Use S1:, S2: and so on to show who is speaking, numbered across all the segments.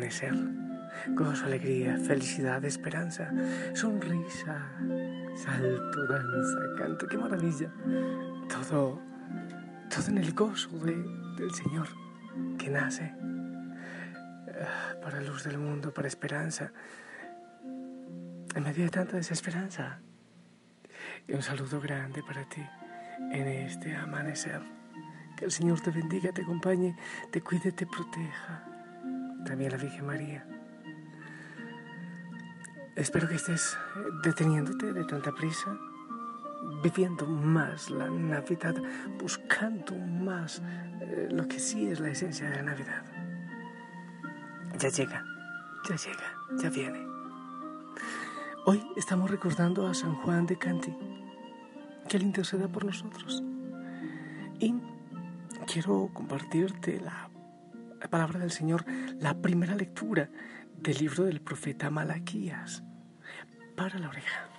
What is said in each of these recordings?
S1: amanecer. Gozo, alegría, felicidad, esperanza, sonrisa, salto, danza, canto. ¡Qué maravilla! Todo en el gozo del Señor que nace para luz del mundo, para esperanza, en medio de tanta desesperanza. Y un saludo grande para ti en este amanecer. Que el Señor te bendiga, te acompañe, te cuide, te proteja. También la Virgen María. Espero que estés deteniéndote de tanta prisa, viviendo más la Navidad, buscando más lo que sí es la esencia de la Navidad. Ya llega, ya viene. Hoy estamos recordando a San Juan de Canti, que Él interceda por nosotros. Y quiero compartirte la palabra del Señor, la primera lectura del libro del profeta Malaquías, para la oreja.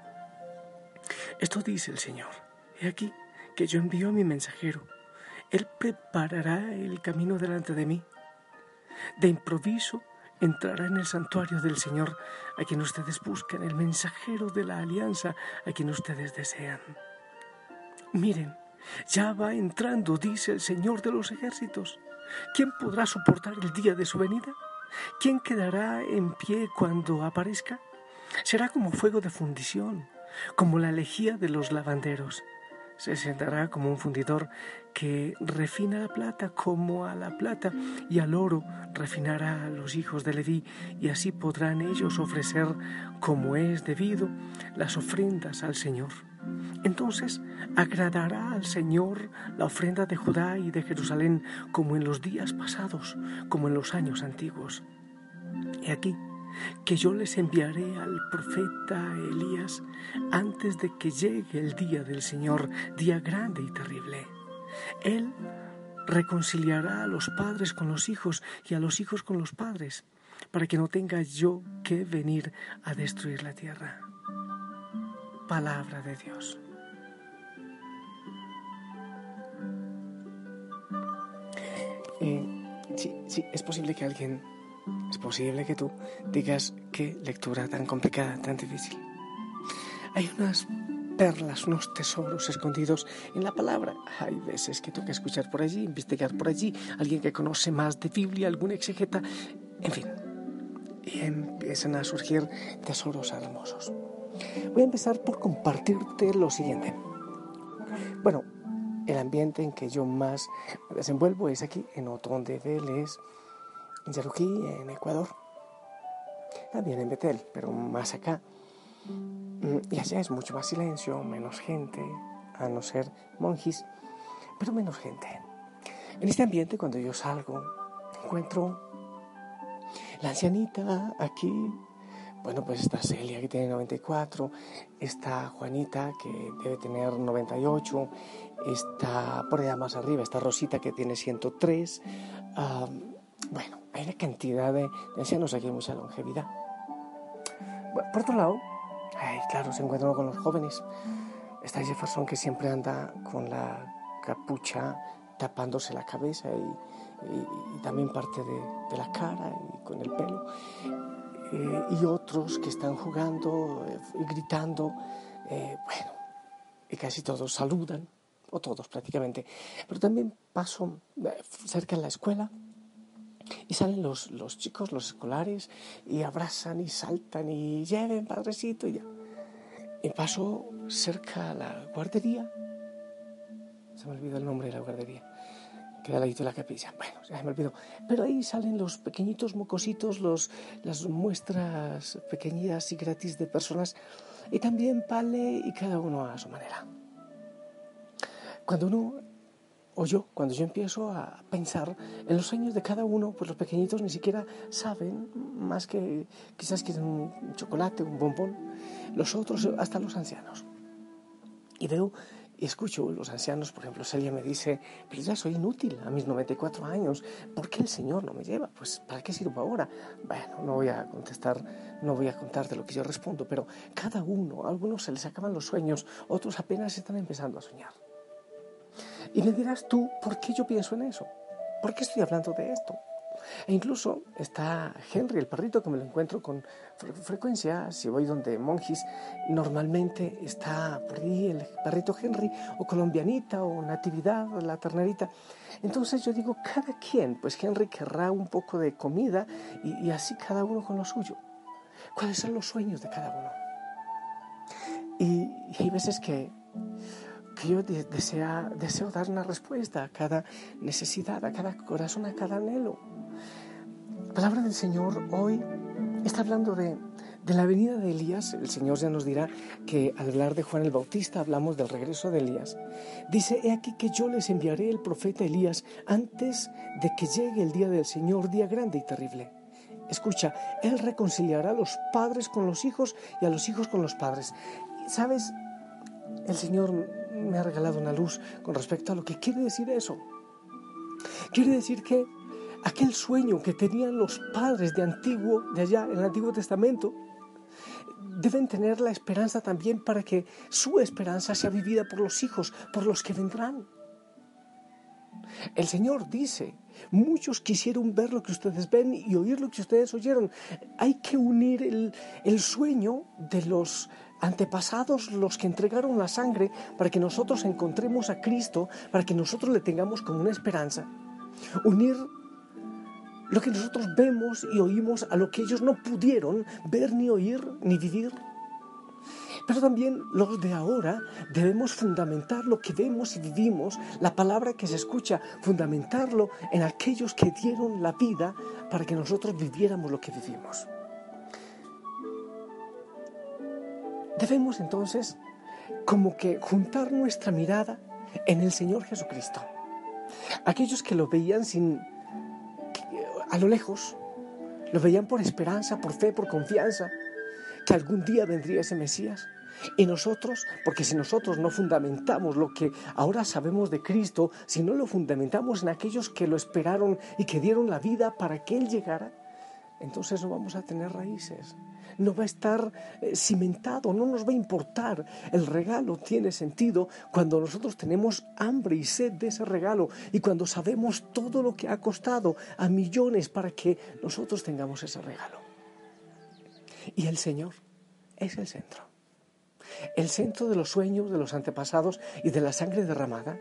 S1: Esto dice el Señor: he aquí que yo envío a mi mensajero, Él preparará el camino delante de mí. De improviso entrará en el santuario del Señor, a quien ustedes buscan, el mensajero de la alianza, a quien ustedes desean. Miren, ya va entrando, dice el Señor de los ejércitos. ¿Quién podrá soportar el día de su venida? ¿Quién quedará en pie cuando aparezca? Será como fuego de fundición, como la lejía de los lavanderos. Se sentará como un fundidor que refina la plata como a la plata, y al oro refinará a los hijos de Leví, y así podrán ellos ofrecer, como es debido, las ofrendas al Señor. Entonces agradará al Señor la ofrenda de Judá y de Jerusalén, como en los días pasados, como en los años antiguos. He aquí que yo les enviaré al profeta Elías antes de que llegue el día del Señor, día grande y terrible. Él reconciliará a los padres con los hijos y a los hijos con los padres, para que no tenga yo que venir a destruir la tierra. Palabra de Dios. Sí, es posible que tú digas: qué lectura tan complicada, tan difícil. Hay unas perlas, unos tesoros escondidos en la palabra. Hay veces que toca escuchar por allí, investigar por allí, alguien que conoce más de Biblia, algún exegeta, en fin. Y empiezan a surgir tesoros hermosos. Voy a empezar por compartirte lo siguiente. Bueno, el ambiente en que yo más me desenvuelvo es aquí, en Otón de Vélez, en Yaruquí, en Ecuador. También en Betel, pero más acá. Y allá es mucho más silencio, menos gente, a no ser monjis, pero menos gente. En este ambiente, cuando yo salgo, encuentro la ancianita aquí. Bueno, pues está Celia, que tiene 94, está Juanita, que debe tener 98, está por allá más arriba, está Rosita, que tiene 103. Bueno, hay una cantidad de ancianos aquí, mucha longevidad. Bueno, por otro lado, claro, se encuentran con los jóvenes. Está Jefferson, que siempre anda con la capucha tapándose la cabeza y también parte de la cara y con el pelo. Y otros que están jugando y gritando, bueno, y casi todos saludan, o todos prácticamente. Pero también paso cerca de la escuela y salen los chicos, los escolares, y abrazan y saltan y lleven, padrecito, y ya. Y paso cerca a la guardería, se me olvidó el nombre de la guardería, queda al ladito de la capilla, bueno, ya se me olvidó, pero ahí salen los pequeñitos mocositos, las muestras pequeñitas y gratis de personas, y también vale, y cada uno a su manera. Cuando yo empiezo a pensar en los años de cada uno, pues los pequeñitos ni siquiera saben, más que quizás quieren un chocolate, un bombón, los otros, hasta los ancianos. Y veo y escucho los ancianos, por ejemplo, Celia me dice: pero ya soy inútil a mis 94 años, ¿por qué el Señor no me lleva? Pues ¿para qué sirvo ahora? Bueno, no voy a contarte lo que yo respondo, pero cada uno, a algunos se les acaban los sueños, otros apenas están empezando a soñar. Y me dirás tú, ¿por qué yo pienso en eso? ¿Por qué estoy hablando de esto? E incluso está Henry, el perrito, que me lo encuentro con frecuencia. Si voy donde monjis, normalmente está por ahí el perrito Henry, o colombianita, o natividad, o la ternerita. Entonces yo digo, cada quien, pues Henry querrá un poco de comida y así cada uno con lo suyo. ¿Cuáles son los sueños de cada uno? Y hay veces que yo deseo dar una respuesta a cada necesidad, a cada corazón, a cada anhelo. La palabra del Señor hoy está hablando de la venida de Elías. El Señor ya nos dirá que al hablar de Juan el Bautista hablamos del regreso de Elías. Dice, he aquí que yo les enviaré el profeta Elías antes de que llegue el día del Señor, día grande y terrible. Escucha, Él reconciliará a los padres con los hijos y a los hijos con los padres. ¿Sabes? El Señor me ha regalado una luz con respecto a lo que quiere decir eso. Quiere decir que aquel sueño que tenían los padres de allá en el Antiguo Testamento, deben tener la esperanza también para que su esperanza sea vivida por los hijos, por los que vendrán. El Señor dice, muchos quisieron ver lo que ustedes ven y oír lo que ustedes oyeron. Hay que unir el sueño de los antepasados, los que entregaron la sangre, para que nosotros encontremos a Cristo, para que nosotros le tengamos como una esperanza. Unir lo que nosotros vemos y oímos a lo que ellos no pudieron ver, ni oír, ni vivir. Pero también los de ahora debemos fundamentar lo que vemos y vivimos, la palabra que se escucha, fundamentarlo en aquellos que dieron la vida para que nosotros viviéramos lo que vivimos. Debemos entonces como que juntar nuestra mirada en el Señor Jesucristo. Aquellos que lo veían a lo lejos, lo veían por esperanza, por fe, por confianza, que algún día vendría ese Mesías. Y nosotros, porque si nosotros no fundamentamos lo que ahora sabemos de Cristo, si no lo fundamentamos en aquellos que lo esperaron y que dieron la vida para que Él llegara, entonces no vamos a tener raíces, no va a estar cimentado, no nos va a importar. El regalo tiene sentido cuando nosotros tenemos hambre y sed de ese regalo y cuando sabemos todo lo que ha costado a millones para que nosotros tengamos ese regalo. Y el Señor es el centro de los sueños de los antepasados y de la sangre derramada,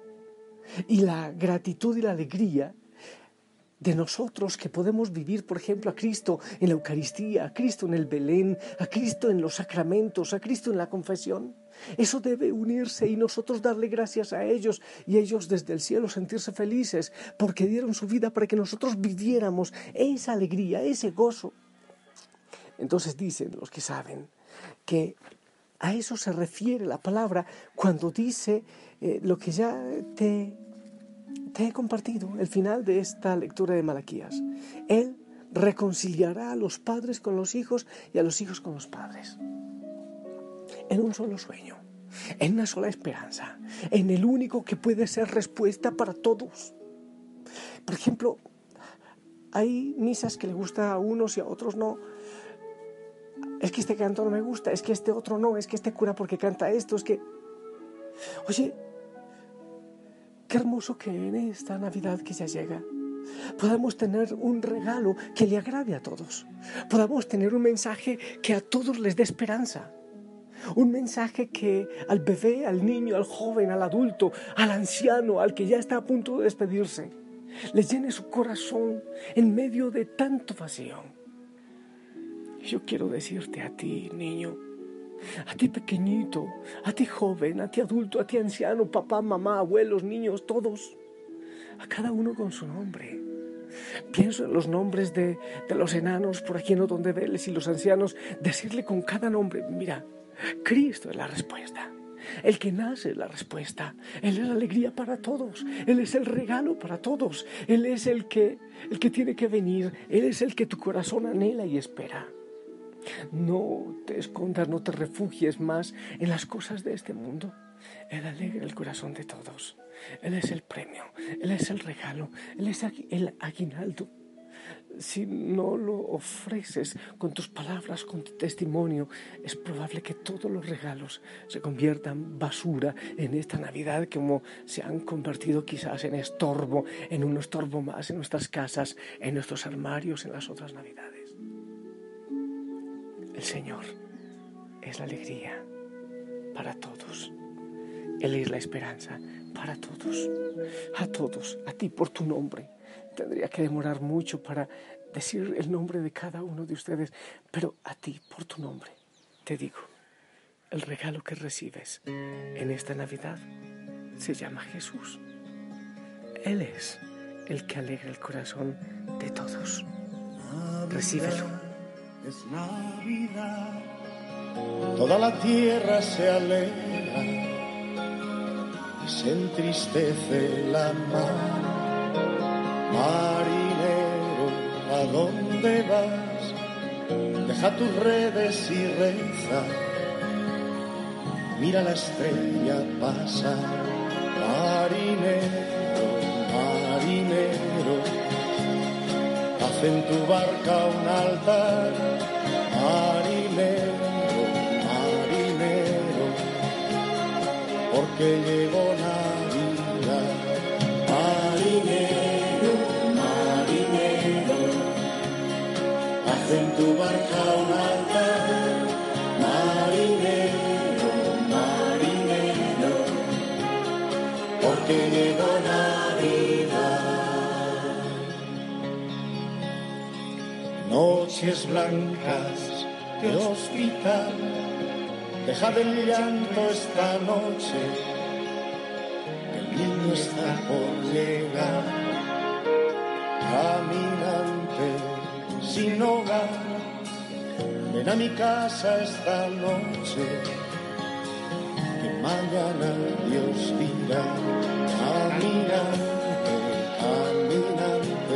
S1: y la gratitud y la alegría de nosotros que podemos vivir, por ejemplo, a Cristo en la Eucaristía, a Cristo en el Belén, a Cristo en los sacramentos, a Cristo en la confesión. Eso debe unirse y nosotros darle gracias a ellos y ellos desde el cielo sentirse felices porque dieron su vida para que nosotros viviéramos esa alegría, ese gozo. Entonces dicen los que saben que a eso se refiere la palabra cuando dice lo que ya te he compartido, el final de esta lectura de Malaquías. Él reconciliará a los padres con los hijos y a los hijos con los padres. En un solo sueño, en una sola esperanza, en el único que puede ser respuesta para todos. Por ejemplo, hay misas que le gusta a unos y a otros no. Es que este canto no me gusta, es que este otro no, es que este cura porque canta esto, es que... Oye, qué hermoso que en esta Navidad que ya llega podamos tener un regalo que le agrade a todos. Podamos tener un mensaje que a todos les dé esperanza. Un mensaje que al bebé, al niño, al joven, al adulto, al anciano, al que ya está a punto de despedirse, les llene su corazón en medio de tanto vacío. Yo quiero decirte a ti, niño, a ti pequeñito, a ti joven, a ti adulto, a ti anciano, papá, mamá, abuelos, niños, todos, a cada uno con su nombre. Pienso en los nombres de los enanos por aquí en Otón de Vélez y los ancianos, decirle con cada nombre, mira, Cristo es la respuesta. El que nace es la respuesta. Él es la alegría para todos. Él es el regalo para todos. Él es el que tiene que venir. Él es el que tu corazón anhela y espera. No te escondas, no te refugies más en las cosas de este mundo. Él alegra el corazón de todos. Él es el premio, Él es el regalo, Él es el aguinaldo. Si no lo ofreces con tus palabras, con tu testimonio, es probable que todos los regalos se conviertan basura en esta Navidad, como se han convertido quizás en estorbo, en un estorbo más en nuestras casas, en nuestros armarios, en las otras Navidades. El Señor es la alegría para todos. Él es la esperanza para todos, a ti por tu nombre. Tendría que demorar mucho para decir el nombre de cada uno de ustedes, pero a ti por tu nombre te digo, el regalo que recibes en esta Navidad se llama Jesús. Él es el que alegra el corazón de todos. Recíbelo.
S2: Es Navidad, toda la tierra se alegra y se entristece la mar. Marinero, ¿a dónde vas? Deja tus redes y reza. Mira la estrella pasar. Marinero, marinero, haz en tu barca un altar. Marinero, marinero, porque llegó Navidad. Marinero, marinero, haz en tu barca un altar. Marinero, marinero, porque llegó Navidad. Noches blancas de hospital, dejad el llanto esta noche, que el niño está por llegar. Caminante sin hogar, ven a mi casa esta noche, que mañana Dios dirá. Caminante, caminante,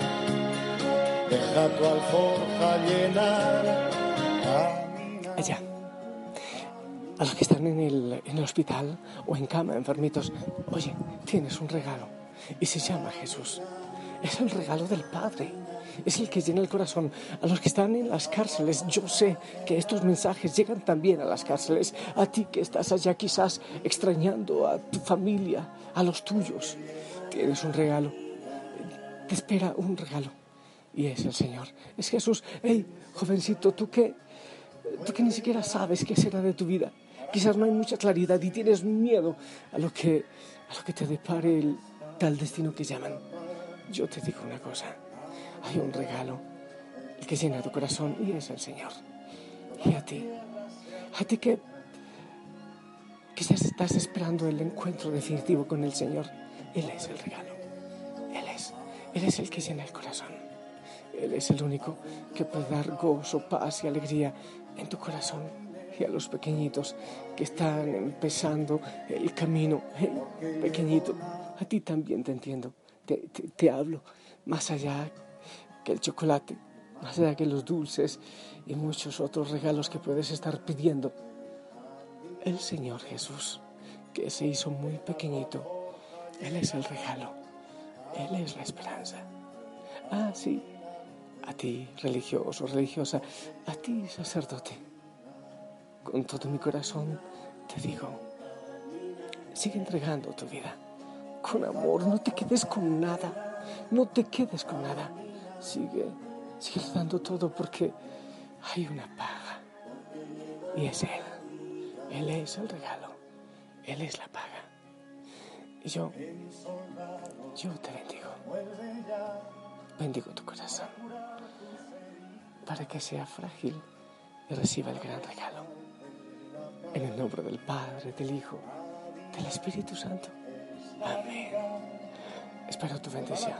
S2: deja tu alforja llenar.
S1: Allá, a los que están en el hospital o en cama, enfermitos, oye, tienes un regalo y se llama Jesús. Es el regalo del Padre, es el que llena el corazón. A los que están en las cárceles, yo sé que estos mensajes llegan también a las cárceles. A ti que estás allá quizás extrañando a tu familia, a los tuyos, tienes un regalo, te espera un regalo y es el Señor, es Jesús. Hey, jovencito, tú que ni siquiera sabes qué será de tu vida, quizás no hay mucha claridad y tienes miedo a lo que te depare el tal destino que llaman. Yo te digo una cosa, hay un regalo, el que llena tu corazón y es el Señor. Y a ti que quizás estás esperando el encuentro definitivo con el Señor, Él es el regalo, Él es el que llena el corazón. Él es el único que puede dar gozo, paz y alegría en tu corazón. Y a los pequeñitos que están empezando el camino, pequeñito, a ti también te entiendo, te hablo, más allá que el chocolate, más allá que los dulces y muchos otros regalos que puedes estar pidiendo. El Señor Jesús, que se hizo muy pequeñito, Él es el regalo, Él es la esperanza. Ah, sí. A ti, religioso, religiosa, a ti, sacerdote, con todo mi corazón te digo, sigue entregando tu vida con amor, no te quedes con nada, sigue dando todo porque hay una paga y es Él es el regalo, Él es la paga. Y yo te bendigo tu corazón, para que sea frágil y reciba el gran regalo. En el nombre del Padre, del Hijo, del Espíritu Santo. Amén. Espero tu bendición.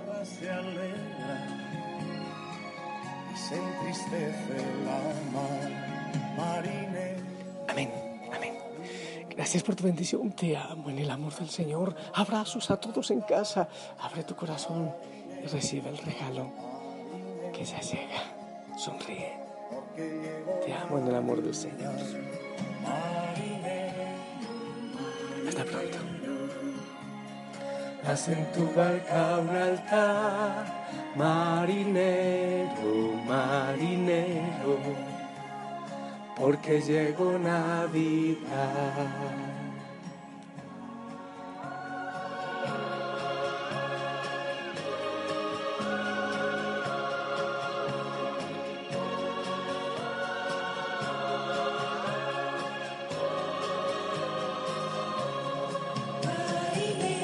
S1: Amén. Amén. Gracias por tu bendición. Te amo en el amor del Señor. Abrazos a todos en casa. Abre tu corazón y recibe el regalo que ya llega. Sonríe. Te amo en el amor del Señor. Hasta pronto. Haz en tu barca un altar, marinero, marinero, porque llegó Navidad.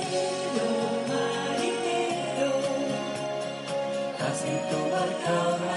S1: Haz en tu barca